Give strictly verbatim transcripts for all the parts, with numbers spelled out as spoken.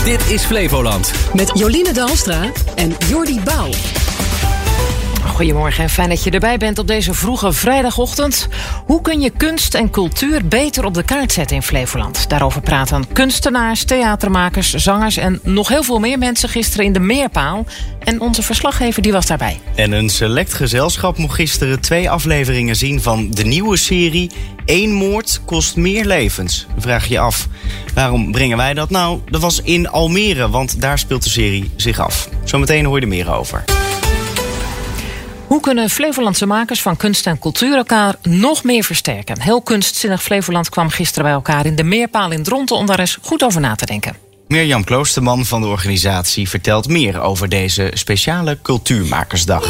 Dit is Flevoland. Met Jolien Dalstra en Jordi Bouw. Goedemorgen en fijn dat je erbij bent op deze vroege vrijdagochtend. Hoe kun je kunst en cultuur beter op de kaart zetten in Flevoland? Daarover praten kunstenaars, theatermakers, zangers en nog heel veel meer mensen gisteren in de Meerpaal. En onze verslaggever die was daarbij. En een select gezelschap mocht gisteren twee afleveringen zien van de nieuwe serie Eén moord kost meer levens. Vraag je af, waarom brengen wij dat? Nou, dat was in Almere, want daar speelt de serie zich af. Zometeen hoor je er meer over. Hoe kunnen Flevolandse makers van kunst en cultuur elkaar nog meer versterken? Heel kunstzinnig Flevoland kwam gisteren bij elkaar in de Meerpaal in Dronten om daar eens goed over na te denken. Mirjam Kloosterman van de organisatie vertelt meer over deze speciale Cultuurmakersdag.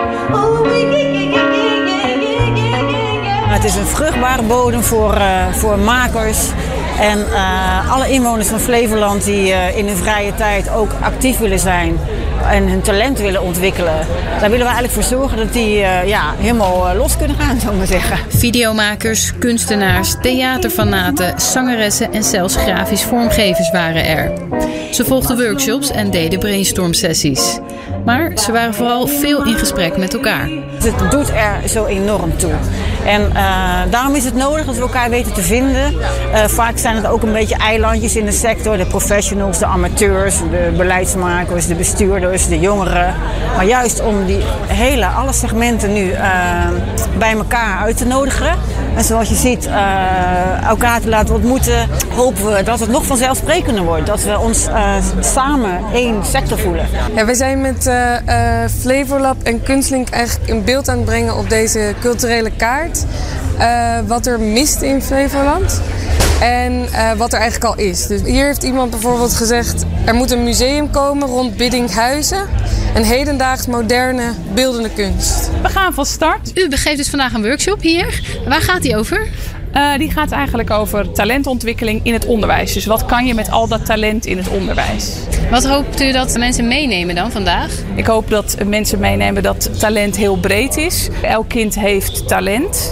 Het is een vruchtbare bodem voor, uh, voor makers en uh, alle inwoners van Flevoland die uh, in hun vrije tijd ook actief willen zijn en hun talent willen ontwikkelen. Daar willen we eigenlijk voor zorgen dat die uh, ja, helemaal uh, los kunnen gaan, zou ik maar zeggen. Videomakers, kunstenaars, theaterfanaten, zangeressen en zelfs grafisch vormgevers waren er. Ze volgden workshops en deden brainstorm-sessies. Maar ze waren vooral veel in gesprek met elkaar. Het doet er zo enorm toe. En uh, daarom is het nodig dat we elkaar weten te vinden. Uh, vaak zijn het ook een beetje eilandjes in de sector. De professionals, de amateurs, de beleidsmakers, de bestuurders, de jongeren. Maar juist om die hele, alle segmenten nu uh, bij elkaar uit te nodigen. En zoals je ziet, uh, elkaar te laten ontmoeten, hopen we dat het nog vanzelfsprekender wordt. Dat we ons uh, samen één sector voelen. Ja, we zijn met uh, uh, Flevolab en Kunstlink eigenlijk een beeld aan het brengen op deze culturele kaart. Uh, wat er mist in Flevoland en uh, wat er eigenlijk al is. Dus hier heeft iemand bijvoorbeeld gezegd, er moet een museum komen rond Biddinghuizen. Een hedendaags moderne beeldende kunst. We gaan van start. U begeeft dus vandaag een workshop hier. Waar gaat die over? Uh, die gaat eigenlijk over talentontwikkeling in het onderwijs. Dus wat kan je met al dat talent in het onderwijs? Wat hoopt u dat mensen meenemen dan vandaag? Ik hoop dat mensen meenemen dat talent heel breed is. Elk kind heeft talent.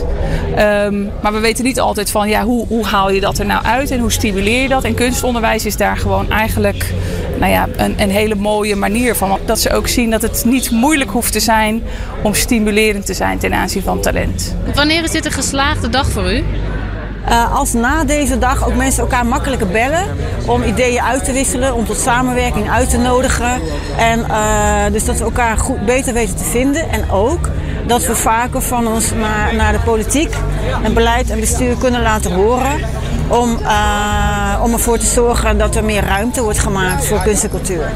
Um, maar we weten niet altijd van ja, hoe, hoe haal je dat er nou uit en hoe stimuleer je dat? En kunstonderwijs is daar gewoon eigenlijk nou ja, een, een hele mooie manier van. Dat ze ook zien dat het niet moeilijk hoeft te zijn om stimulerend te zijn ten aanzien van talent. Wanneer is dit een geslaagde dag voor u? Uh, als na deze dag ook mensen elkaar makkelijker bellen om ideeën uit te wisselen, om tot samenwerking uit te nodigen. En uh, dus dat we elkaar goed, beter weten te vinden. En ook dat we vaker van ons naar, naar de politiek en beleid en bestuur kunnen laten horen. Om, uh, om ervoor te zorgen dat er meer ruimte wordt gemaakt voor kunst en cultuur.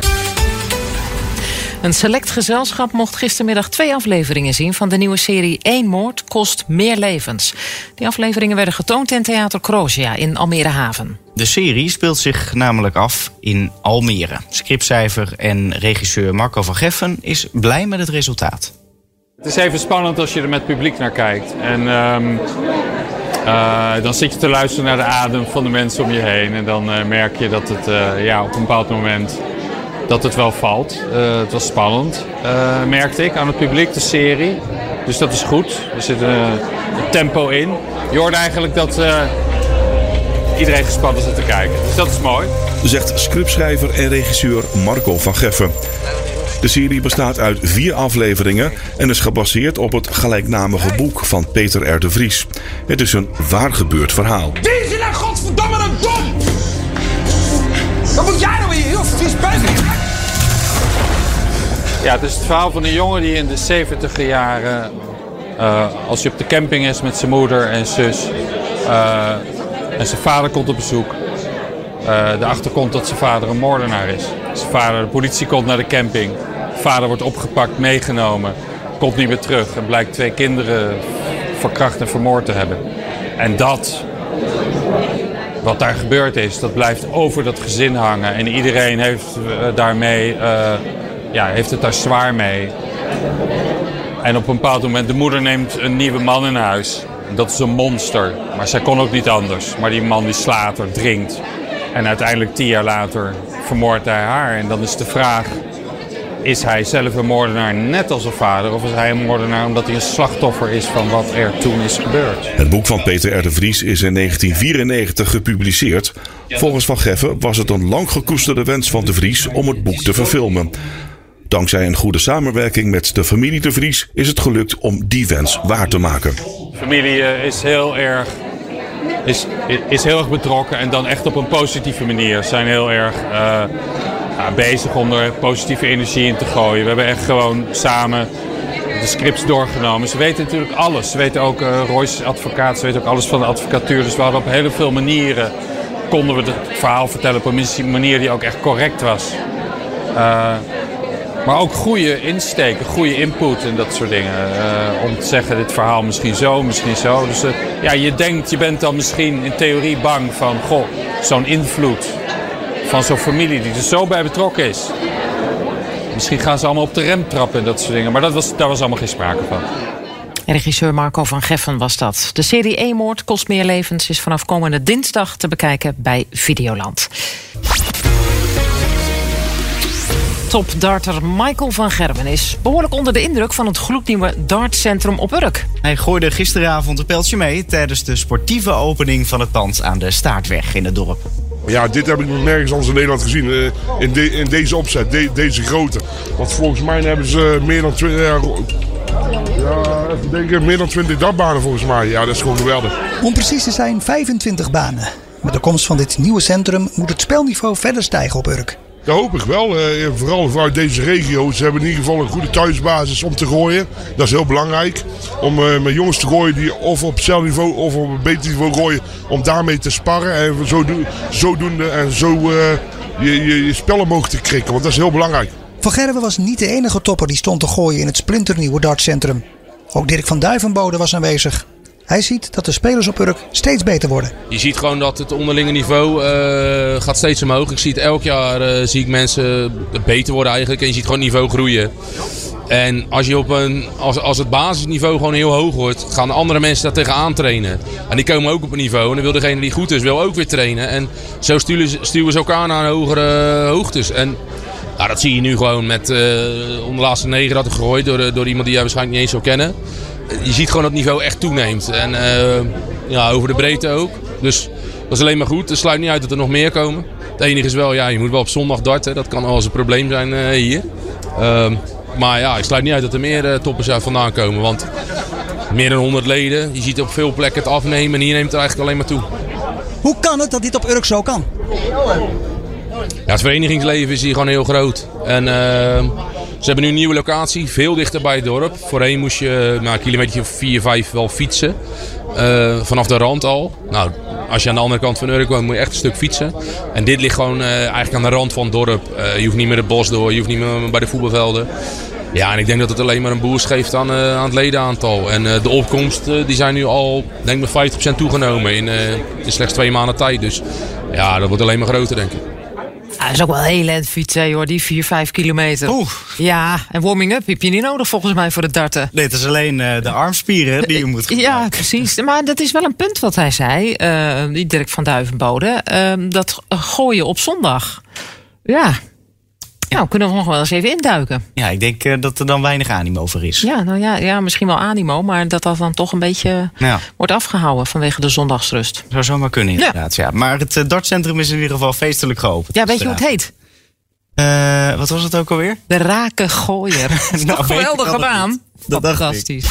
Een select gezelschap mocht gistermiddag twee afleveringen zien van de nieuwe serie Eén moord kost meer levens. Die afleveringen werden getoond in Theater Crosia in Almere Haven. De serie speelt zich namelijk af in Almere. Scriptschrijver en regisseur Marco van Geffen is blij met het resultaat. Het is even spannend als je er met publiek naar kijkt. En um, uh, dan zit je te luisteren naar de adem van de mensen om je heen. En dan uh, merk je dat het uh, ja, op een bepaald moment dat het wel valt. Uh, het was spannend, uh, merkte ik aan het publiek, de serie. Dus dat is goed. Er zit uh, een tempo in. Je hoort eigenlijk dat uh, iedereen gespannen zit te kijken. Dus dat is mooi. Zegt scriptschrijver en regisseur Marco van Geffen. De serie bestaat uit vier afleveringen en is gebaseerd op het gelijknamige boek van Peter R. de Vries. Het is een waar gebeurd verhaal. Wie is nou godverdomme een dom? Wat moet jij nou weer heel vies buiten? Ja, het is het verhaal van een jongen die in de zeventiger jaren, uh, als hij op de camping is met zijn moeder en zus, uh, en zijn vader komt op bezoek, uh, erachter komt dat zijn vader een moordenaar is. Zijn vader, de politie komt naar de camping, vader wordt opgepakt, meegenomen, komt niet meer terug en blijkt twee kinderen verkracht en vermoord te hebben. En dat, wat daar gebeurd is, dat blijft over dat gezin hangen en iedereen heeft uh, daarmee... Uh, Ja, heeft het daar zwaar mee. En op een bepaald moment, de moeder neemt een nieuwe man in huis. Dat is een monster. Maar zij kon ook niet anders. Maar die man die slaat haar, drinkt. En uiteindelijk tien jaar later vermoordt hij haar. En dan is de vraag, is hij zelf een moordenaar net als zijn vader? Of is hij een moordenaar omdat hij een slachtoffer is van wat er toen is gebeurd? Het boek van Peter R. de Vries is in negentien vierennegentig gepubliceerd. Volgens Van Geffen was het een lang gekoesterde wens van de Vries om het boek te verfilmen. Dankzij een goede samenwerking met de familie de Vries is het gelukt om die wens waar te maken. De familie is heel erg, is, is heel erg betrokken en dan echt op een positieve manier. Ze zijn heel erg uh, ja, bezig om er positieve energie in te gooien. We hebben echt gewoon samen de scripts doorgenomen. Ze weten natuurlijk alles. Ze weten ook, uh, Roy's advocaat, ze weten ook alles van de advocatuur. Dus we hadden op heel veel manieren, konden we het verhaal vertellen op een manier die ook echt correct was. Uh, Maar ook goede insteken, goede input en dat soort dingen. Uh, om te zeggen, dit verhaal misschien zo, misschien zo. Dus uh, ja, je denkt, je bent dan misschien in theorie bang van... Goh, zo'n invloed van zo'n familie die er zo bij betrokken is. Misschien gaan ze allemaal op de rem trappen en dat soort dingen. Maar dat was, daar was allemaal geen sprake van. Regisseur Marco van Geffen was dat. De serie Één-moord kost meer levens is vanaf komende dinsdag te bekijken bij Videoland. Topdarter Michael van Gerwen is behoorlijk onder de indruk van het gloednieuwe dartcentrum op Urk. Hij gooide gisteravond een pijltje mee tijdens de sportieve opening van het pand aan de Staartweg in het dorp. Ja, dit heb ik nog nergens anders in Nederland gezien. Uh, in, de, in deze opzet, de, deze grootte. Want volgens mij hebben ze meer dan twintig, ja, ja, even denken, meer dan twintig dartbanen volgens mij. Ja, dat is gewoon geweldig. Om precies te zijn vijfentwintig banen. Met de komst van dit nieuwe centrum moet het spelniveau verder stijgen op Urk. Dat hoop ik wel. Uh, vooral vanuit deze regio. Ze hebben in ieder geval een goede thuisbasis om te gooien. Dat is heel belangrijk. Om uh, met jongens te gooien die of op celniveau of op een beter niveau gooien. Om daarmee te sparren. En zodoende, zodoende en zo uh, je, je, je spel omhoog te krikken. Want dat is heel belangrijk. Van Gerwen was niet de enige topper die stond te gooien in het splinternieuwe dartcentrum. Ook Dirk van Duivenbode was aanwezig. Hij ziet dat de spelers op Urk steeds beter worden. Je ziet gewoon dat het onderlinge niveau uh, gaat steeds omhoog. Ik zie het elk jaar uh, zie ik mensen beter worden eigenlijk. En je ziet gewoon het niveau groeien. En als, je op een, als, als het basisniveau gewoon heel hoog wordt, gaan de andere mensen daar tegenaan trainen. En die komen ook op een niveau. En dan wil degene die goed is, wil ook weer trainen. En zo stuwen, stuwen ze elkaar naar hogere hoogtes. En nou, dat zie je nu gewoon met uh, onder de laatste negen dat er gegooid door, door iemand die jij waarschijnlijk niet eens zou kennen. Je ziet gewoon dat het niveau echt toeneemt. En uh, ja, over de breedte ook. Dus dat is alleen maar goed. Het sluit niet uit dat er nog meer komen. Het enige is wel, ja, je moet wel op zondag darten. Dat kan wel eens een probleem zijn uh, hier. Uh, maar ja, ik sluit niet uit dat er meer uh, toppers uit vandaan komen. Want meer dan honderd leden. Je ziet op veel plekken het afnemen. En hier neemt het eigenlijk alleen maar toe. Hoe kan het dat dit op Urk zo kan? Ja, het verenigingsleven is hier gewoon heel groot. En uh, ze hebben nu een nieuwe locatie, veel dichter bij het dorp. Voorheen moest je nou, een kilometer vier, vijf wel fietsen. Uh, vanaf de rand al. Nou, als je aan de andere kant van Urk woont, moet je echt een stuk fietsen. En dit ligt gewoon uh, eigenlijk aan de rand van het dorp. Uh, je hoeft niet meer het bos door, je hoeft niet meer bij de voetbalvelden. Ja, en ik denk dat het alleen maar een boost geeft aan, uh, aan het ledenaantal. En uh, de opkomsten uh, die zijn nu al, denk ik, met vijftig procent toegenomen in, uh, in slechts twee maanden tijd. Dus ja, dat wordt alleen maar groter, denk ik. Ah, dat is ook wel heel eind fietsen, hoor, die vier, vijf kilometer. Oeh. Ja, en warming-up heb je niet nodig volgens mij voor het darten. Nee, het is alleen uh, de armspieren die je moet gebruiken. Ja, precies. Maar dat is wel een punt wat hij zei, uh, die Dirk van Duivenbode. Uh, dat gooien op zondag. Ja. Nou, kunnen we nog wel eens even induiken. Ja, ik denk uh, dat er dan weinig animo voor is. Ja, nou ja, ja, misschien wel animo, maar dat dat dan toch een beetje ja. wordt afgehouden vanwege de zondagsrust. Zou zomaar kunnen inderdaad, ja. ja. Maar het uh, dartcentrum is in ieder geval feestelijk geopend. Ja, weet je hoe het heet? Uh, wat was het ook alweer? De Rakengooier. Dat is nou, toch geweldig gedaan? Dat fantastisch.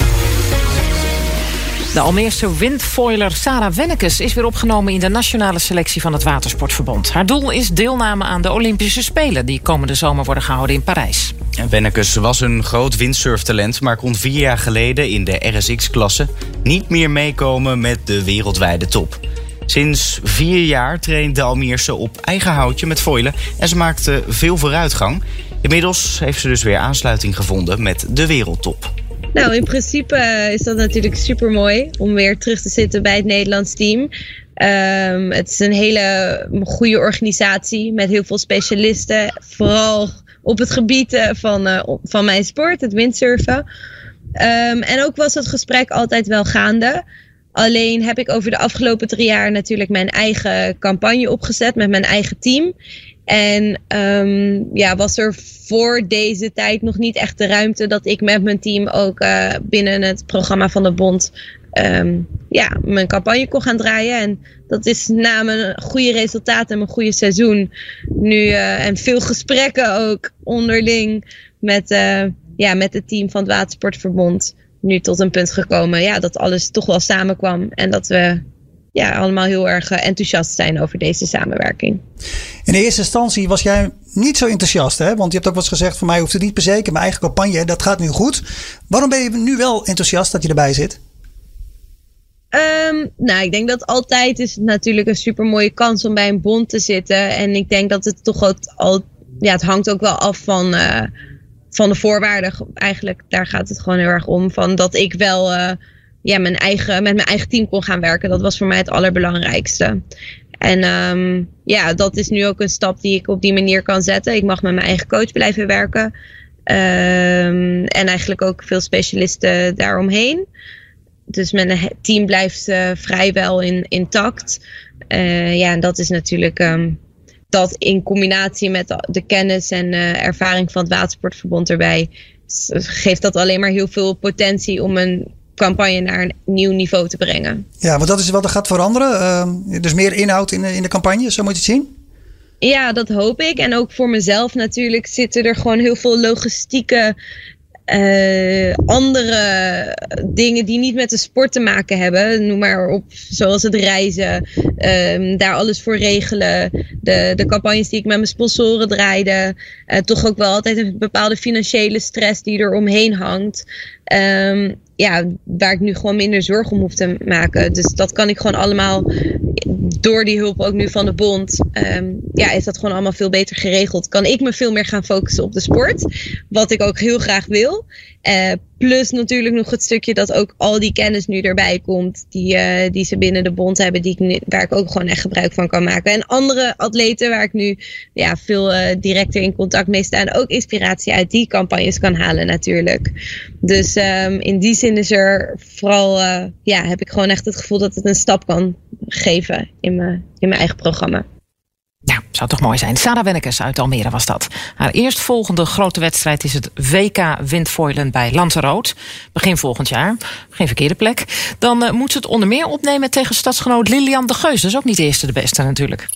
De Almeerse windfoiler Sarah Wennekes is weer opgenomen in de nationale selectie van het Watersportverbond. Haar doel is deelname aan de Olympische Spelen die komende zomer worden gehouden in Parijs. Wennekes was een groot windsurftalent, maar kon vier jaar geleden in de R S X-klasse niet meer meekomen met de wereldwijde top. Sinds vier jaar traint de Almeerse op eigen houtje met foilen en ze maakte veel vooruitgang. Inmiddels heeft ze dus weer aansluiting gevonden met de wereldtop. Nou, in principe is dat natuurlijk super mooi om weer terug te zitten bij het Nederlands team. Um, het is een hele goede organisatie met heel veel specialisten. Vooral op het gebied van, uh, van mijn sport, het windsurfen. Um, en ook was het gesprek altijd wel gaande. Alleen heb ik over de afgelopen drie jaar natuurlijk mijn eigen campagne opgezet met mijn eigen team. En um, ja, was er voor deze tijd nog niet echt de ruimte dat ik met mijn team ook uh, binnen het programma van de bond um, ja, mijn campagne kon gaan draaien. En dat is na mijn goede resultaten en mijn goede seizoen nu uh, en veel gesprekken ook onderling met, uh, ja, met het team van het Watersportverbond nu tot een punt gekomen. Ja, dat alles toch wel samenkwam en dat we ja, allemaal heel erg enthousiast zijn over deze samenwerking. In de eerste instantie was jij niet zo enthousiast, hè? Want je hebt ook wel eens gezegd, voor mij hoeft het niet per se. Mijn eigen campagne, dat gaat nu goed. Waarom ben je nu wel enthousiast dat je erbij zit? Um, nou, ik denk dat altijd is het natuurlijk een super mooie kans om bij een bond te zitten. En ik denk dat het toch al, al ja, het hangt ook wel af van, uh, van de voorwaarden. Eigenlijk, daar gaat het gewoon heel erg om. Van dat ik wel uh, ja, mijn eigen, met mijn eigen team kon gaan werken. Dat was voor mij het allerbelangrijkste. En um, ja, dat is nu ook een stap die ik op die manier kan zetten. Ik mag met mijn eigen coach blijven werken. Um, en eigenlijk ook veel specialisten daaromheen. Dus mijn team blijft uh, vrijwel in, intact. Uh, ja, en dat is natuurlijk um, dat in combinatie met de, de kennis en uh, ervaring van het Watersportverbond erbij, geeft dat alleen maar heel veel potentie om een campagne naar een nieuw niveau te brengen. Ja, want dat is wat er gaat veranderen. Uh, dus meer inhoud in de, in de campagne, zo moet je het zien? Ja, dat hoop ik. En ook voor mezelf natuurlijk zitten er gewoon heel veel logistieke Uh, andere dingen die niet met de sport te maken hebben. Noem maar op, zoals het reizen. Um, daar alles voor regelen. De, de campagnes die ik met mijn sponsoren draaide. Uh, toch ook wel altijd een bepaalde financiële stress die er omheen hangt. Um, ja, waar ik nu gewoon minder zorgen om hoef te maken. Dus dat kan ik gewoon allemaal, door die hulp ook nu van de bond, um, ja, is dat gewoon allemaal veel beter geregeld. Kan ik me veel meer gaan focussen op de sport. Wat ik ook heel graag wil. Uh, plus natuurlijk nog het stukje dat ook al die kennis nu erbij komt. Die, uh, die ze binnen de bond hebben. Die ik nu, waar ik ook gewoon echt gebruik van kan maken. En andere atleten waar ik nu ja, veel uh, directer in contact mee sta. En ook inspiratie uit die campagnes kan halen natuurlijk. Dus um, in die zin is er vooral, uh, ja, heb ik gewoon echt het gevoel dat het een stap kan geven in mijn, in mijn eigen programma. Ja, zou toch mooi zijn. Sarah Wennekes uit Almere was dat. Haar eerstvolgende grote wedstrijd is het W K windfoilen bij Lanzarote. Begin volgend jaar. Geen verkeerde plek. Dan uh, moet ze het onder meer opnemen tegen stadsgenoot Lilian de Geus. Dat is ook niet de eerste de beste natuurlijk.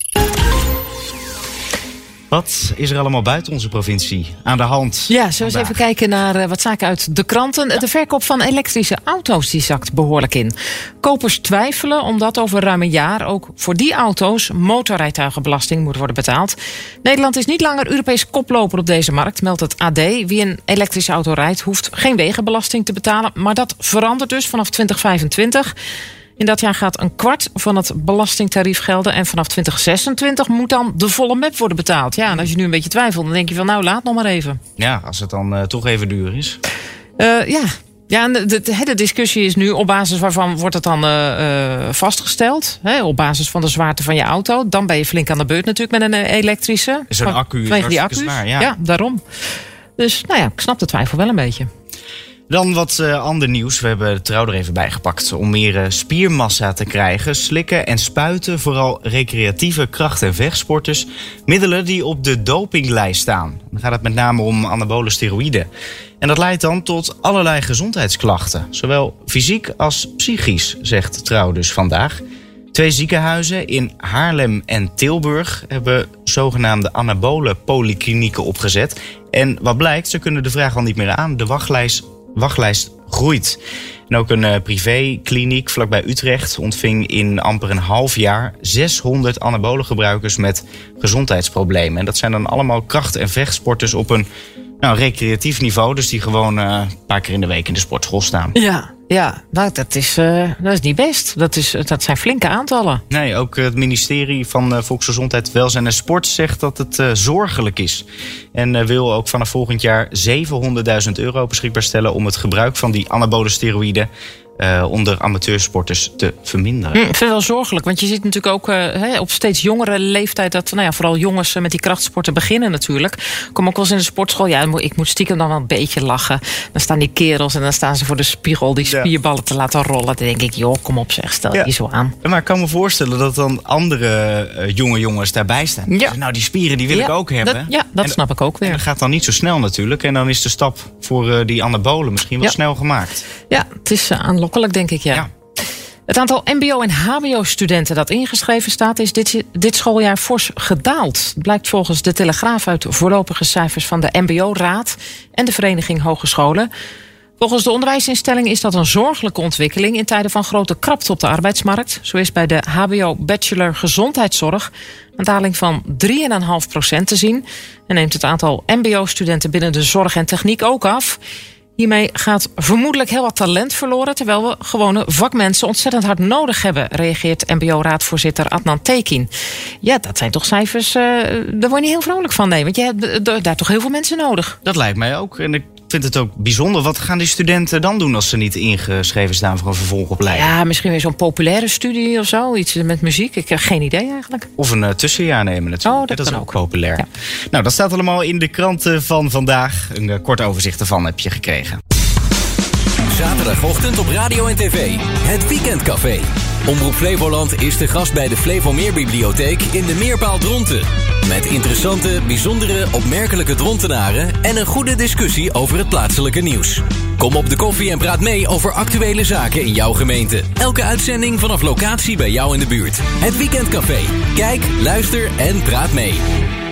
Wat is er allemaal buiten onze provincie aan de hand? Ja, zullen we eens even kijken naar uh, wat zaken uit de kranten. Ja. De verkoop van elektrische auto's die zakt behoorlijk in. Kopers twijfelen omdat over ruim een jaar ook voor die auto's motorrijtuigenbelasting moet worden betaald. Nederland is niet langer Europees koploper op deze markt, meldt het A D. Wie een elektrische auto rijdt hoeft geen wegenbelasting te betalen. Maar dat verandert dus vanaf twintig vijfentwintig. In dat jaar gaat een kwart van het belastingtarief gelden. En vanaf twintig zesentwintig moet dan de volle map worden betaald. Ja, en als je nu een beetje twijfelt, dan denk je van nou, laat nog maar even. Ja, als het dan uh, toch even duur is. Uh, ja. Ja, en de, de, de discussie is nu op basis waarvan wordt het dan uh, uh, vastgesteld. Hè, op basis van de zwaarte van je auto. Dan ben je flink aan de beurt natuurlijk met een uh, elektrische. Zo'n accu is die accu's. Zwaar, ja. Ja, daarom. Dus nou ja, ik snap de twijfel wel een beetje. Dan wat uh, ander nieuws. We hebben de Trouw er even bijgepakt. Om meer uh, spiermassa te krijgen, slikken en spuiten vooral recreatieve kracht- en vechtsporters middelen die op de dopinglijst staan. Dan gaat het met name om anabole steroïden. En dat leidt dan tot allerlei gezondheidsklachten. Zowel fysiek als psychisch, zegt Trouw dus vandaag. Twee ziekenhuizen in Haarlem en Tilburg hebben zogenaamde anabole polyklinieken opgezet. En wat blijkt, ze kunnen de vraag al niet meer aan. De wachtlijst wachtlijst groeit. En ook een uh, privékliniek vlakbij Utrecht ontving in amper een half jaar zeshonderd anabole gebruikers met gezondheidsproblemen. En dat zijn dan allemaal kracht- en vechtsporters op een nou, recreatief niveau. Dus die gewoon uh, een paar keer in de week in de sportschool staan. Ja, ja, nou, dat, is, uh, dat is niet best. Dat, is, dat zijn flinke aantallen. Nee, ook het ministerie van uh, Volksgezondheid, Welzijn en Sport zegt dat het uh, zorgelijk is. En uh, wil ook vanaf volgend jaar zevenhonderdduizend euro beschikbaar stellen om het gebruik van die anabole steroïden uh, onder amateursporters te verminderen. Hm, ik vind het wel zorgelijk, want je ziet natuurlijk ook uh, he, op steeds jongere leeftijd dat nou ja, vooral jongens uh, met die krachtsporten beginnen natuurlijk. Ik kom ook wel eens in de sportschool, ja, ik moet stiekem dan wel een beetje lachen. Dan staan die kerels en dan staan ze voor de spiegel die spierballen ja. te laten rollen. Dan denk ik, joh, kom op zeg, stel ja. je zo aan. Maar ik kan me voorstellen dat dan andere uh, jonge jongens daarbij staan. Ja. Dus, nou, die spieren die wil ja, ik ook hebben. Dat, ja, dat en, snap ik ook weer. En dat gaat dan niet zo snel natuurlijk. En dan is de stap voor uh, die anabolen misschien wel ja. snel gemaakt. Ja, het is uh, aanlokkelijk denk ik, ja. ja. Het aantal mbo- en hbo-studenten dat ingeschreven staat is dit, dit schooljaar fors gedaald. Blijkt volgens de Telegraaf uit voorlopige cijfers van de mbo-raad en de Vereniging Hogescholen. Volgens de onderwijsinstelling is dat een zorgelijke ontwikkeling in tijden van grote krapte op de arbeidsmarkt. Zo is bij de hbo-bachelor gezondheidszorg een daling van drie komma vijf procent te zien. En neemt het aantal mbo-studenten binnen de zorg en techniek ook af. Hiermee gaat vermoedelijk heel wat talent verloren, terwijl we gewone vakmensen ontzettend hard nodig hebben, reageert mbo-raadvoorzitter Adnan Tekin. Ja, dat zijn toch cijfers, uh, daar word je niet heel vrolijk van, nee, want je hebt daar toch heel veel mensen nodig. Dat lijkt mij ook. En ik vind het ook bijzonder. Wat gaan die studenten dan doen als ze niet ingeschreven staan voor een vervolgopleiding? Ja, misschien weer zo'n populaire studie of zo, iets met muziek. Ik heb geen idee eigenlijk. Of een uh, tussenjaar nemen natuurlijk. Oh, dat, dat is ook, ook populair. Ja. Nou, dat staat allemaal in de kranten van vandaag. Een uh, kort overzicht ervan heb je gekregen. Zaterdagochtend op radio en tv. Het Weekendcafé. Omroep Flevoland is de gast bij de Flevomeerbibliotheek in de Meerpaal Dronten. Met interessante, bijzondere, opmerkelijke Drontenaren en een goede discussie over het plaatselijke nieuws. Kom op de koffie en praat mee over actuele zaken in jouw gemeente. Elke uitzending vanaf locatie bij jou in de buurt. Het Weekendcafé. Kijk, luister en praat mee.